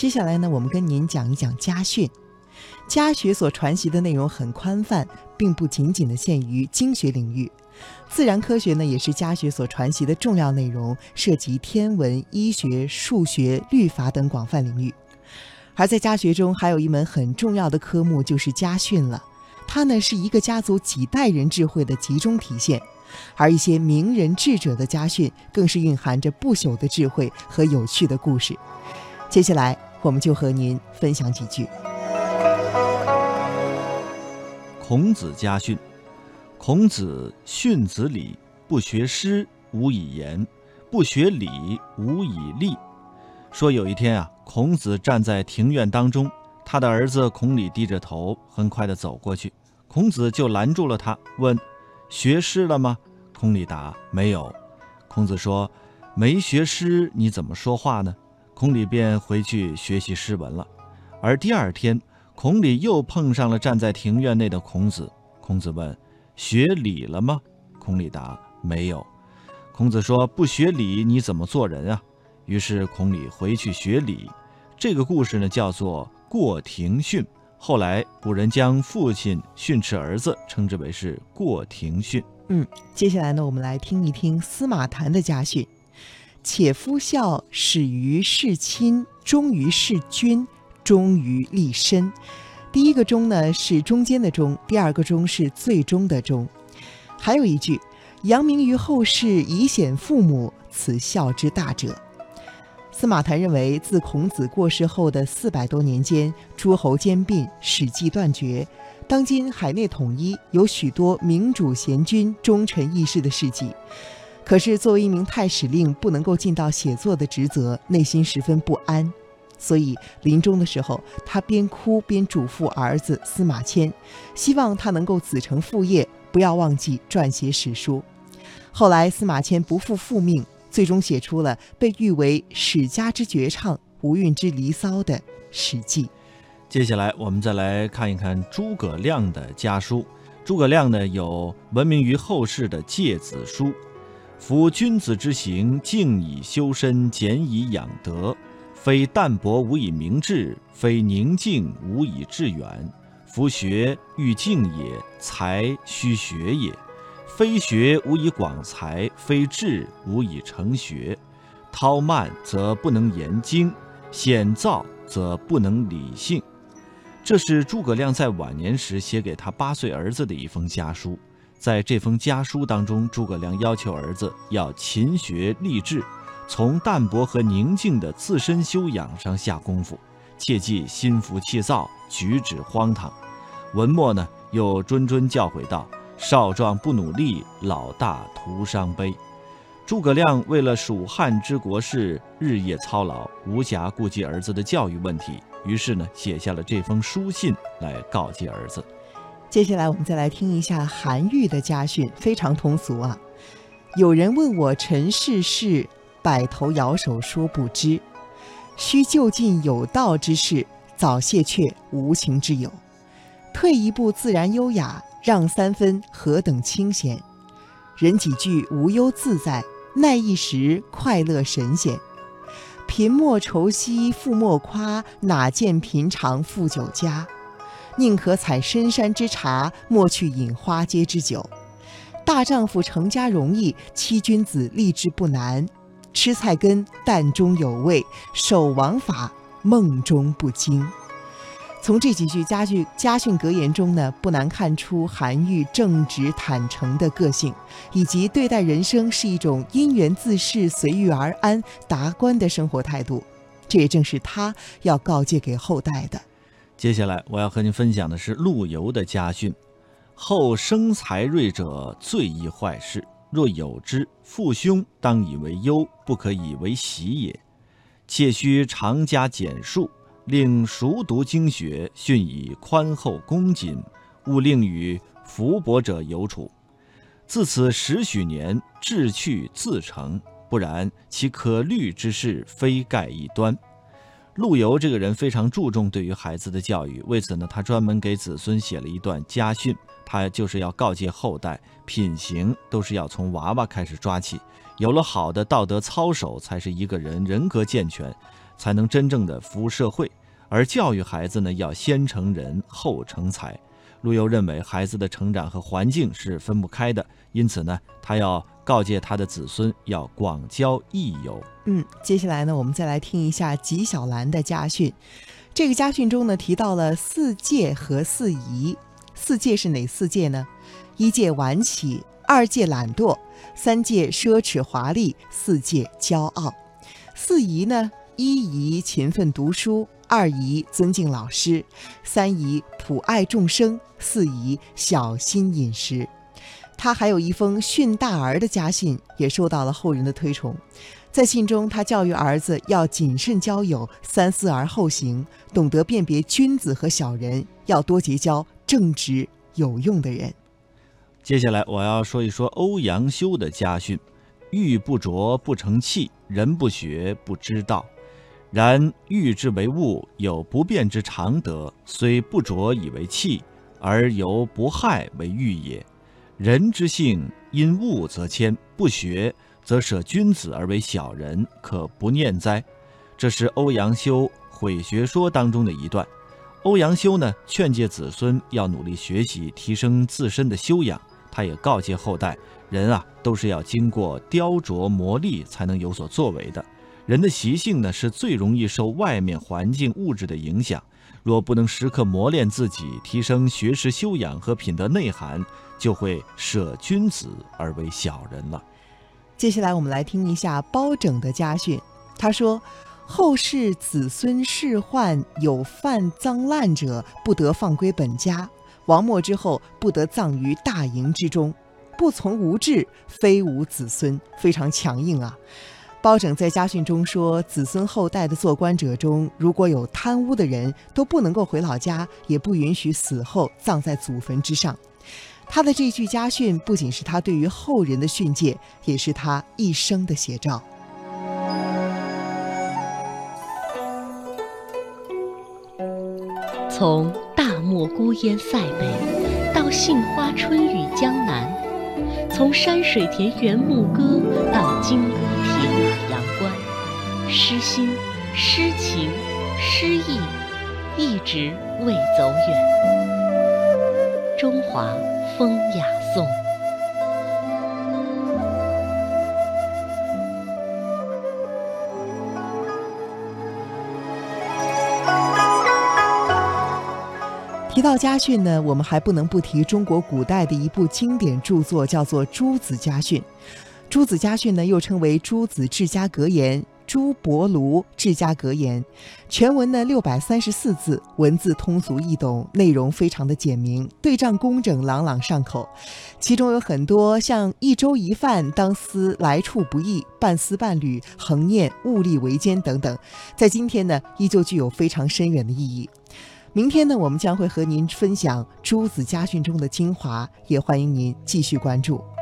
接下来呢，我们跟您讲一讲家训。家学所传习的内容很宽泛，并不仅仅的限于经学领域。自然科学呢，也是家学所传习的重要内容，涉及天文、医学、数学、律法等广泛领域。而在家学中，还有一门很重要的科目，就是家训了。它呢，是一个家族几代人智慧的集中体现。而一些名人智者的家训，更是蕴含着不朽的智慧和有趣的故事。接下来，我们就和您分享几句。 孔子家训。孔子训子礼，不学诗，无以言；不学礼，无以立。说有一天孔子站在庭院当中，他的儿子孔鲤低着头，很快地走过去。孔子就拦住了他，问：学诗了吗？孔鲤答：没有。孔子说：没学诗，你怎么说话呢？孔鲤便回去学习诗文了。而第二天，孔鲤又碰上了站在庭院内的孔子。孔子问：学礼了吗？孔鲤答：没有。孔子说：不学礼，你怎么做人啊？于是孔鲤回去学礼。这个故事呢，叫做过庭训。后来古人将父亲训斥儿子称之为是过庭训。 接下来呢，我们来听一听司马谈的家训。且夫孝，始于事亲，忠于事君，忠于立身。第一个忠呢，是中间的忠；第二个忠是最终的忠。还有一句：扬名于后世，以显父母，此孝之大者。司马谈认为，自孔子过世后的400多年间，诸侯兼并，史记断绝，当今海内统一，有许多明主贤君、忠臣义士的事迹。可是作为一名太史令，不能够尽到写作的职责，内心十分不安。所以临终的时候，他边哭边嘱咐儿子司马迁，希望他能够子承父业，不要忘记撰写史书。后来司马迁不负父命，最终写出了被誉为史家之绝唱、无韵之离骚的《史记》。 接下来我们再来看一看诸葛亮的家书。诸葛亮呢，有闻名于后世的诫子书：夫君子之行，静以修身，俭以养德。非淡泊无以明志，非宁静无以致远。夫学欲静也，才须学也。非学无以广才，非志无以成学。韬慢则不能言经，险躁则不能理性。这是诸葛亮在晚年时写给他8岁儿子的一封家书。在这封家书当中，诸葛亮要求儿子要勤学立志，从淡泊和宁静的自身修养上下功夫，切忌心浮气躁，举止荒唐。文末呢，又谆谆教诲道：少壮不努力，老大徒伤悲。诸葛亮为了蜀汉之国事，日夜操劳，无暇顾及儿子的教育问题，于是呢，写下了这封书信来告诫儿子。 接下来我们再来听一下韩愈的家训，非常通俗啊。有人问我陈氏事，摆头摇手说不知。须就近有道之事，早谢却无情之有。退一步自然优雅，让3分何等清闲。人几句无忧自在，耐一时快乐神闲。贫莫愁惜富莫夸，哪见平常富酒家。宁可采深山之茶，莫去饮花街之酒。大丈夫成家容易，妻君子立志不难。吃菜根，淡中有味；守王法，梦中不惊。从这几句家训格言中呢，不难看出韩愈正直坦诚的个性，以及对待人生是一种因缘自适、随遇而安、达观的生活态度。这也正是他要告诫给后代的。 接下来我要和您分享的是陆游的家训：后生才锐者，最易坏事。若有之，父兄当以为忧，不可以为喜也。切须常加简述，令熟读经学，训以宽厚恭谨，勿令与福薄者有处。自此10许年，志趣自成，不然其可虑之事，非盖一端。陆游这个人非常注重对于孩子的教育，为此呢，他专门给子孙写了一段家训，他就是要告诫后代，品行都是要从娃娃开始抓起，有了好的道德操守，才是一个人人格健全， 才能真正的服务社会。而教育孩子呢，要先成人后成才。陆游认为孩子的成长和环境是分不开的，因此呢，他要告诫他的子孙要广交益友。 接下来呢，我们再来听一下纪晓岚的家训。这个家训中呢，提到了4戒和4仪。4戒是哪4戒呢？1戒晚起，2戒懒惰，3戒奢侈华丽，4戒骄傲。4仪呢，1仪勤奋读书，2仪尊敬老师，3仪普爱众生，4仪小心饮食。他还有一封训大儿的家训，也受到了后人的推崇。在信中，他教育儿子要谨慎交友，三思而后行，懂得辨别君子和小人，要多结交正直有用的人。 接下来我要说一说欧阳修的家训：玉不琢不成器，人不学不知道。然玉之为物，有不变之常德，虽不琢以为器，而由不害为玉也。人之性，因物则迁，不学则舍君子而为小人，可不念哉？这是欧阳修毁学说当中的一段。欧阳修呢，劝诫子孙要努力学习，提升自身的修养。他也告诫后代，人啊，都是要经过雕琢磨砺才能有所作为的。人的习性呢，是最容易受外面环境物质的影响。若不能时刻磨练自己，提升学识修养和品德内涵，就会舍君子而为小人了。 接下来我们来听一下包拯的家训。他说：后世子孙仕宦有犯赃滥者，不得放归本家，亡没之后不得葬于大营之中，不从无志，非无子孙。非常强硬啊。包拯在家训中说，子孙后代的做官者中，如果有贪污的人，都不能够回老家，也不允许死后葬在祖坟之上。他的这句家训不仅是他对于后人的训诫，也是他一生的写照。 从大漠孤烟塞北到杏花春雨江南，从山水田园牧歌到金戈铁马阳关，诗心、诗情、诗意一直未走远。中华风雅颂。 提到家训呢，我们还不能不提中国古代的一部经典著作，叫做《诸子家训》。诸子家训呢，又称为诸子治家格言、诸伯庐治家格言。全文呢634字，文字通俗易懂，内容非常的简明，对仗工整，朗朗上口。其中有很多像一粥一饭、当思来处不易、半丝半缕、恒念物力维艰等等，在今天呢依旧具有非常深远的意义。明天呢，我们将会和您分享诸子家训中的精华，也欢迎您继续关注。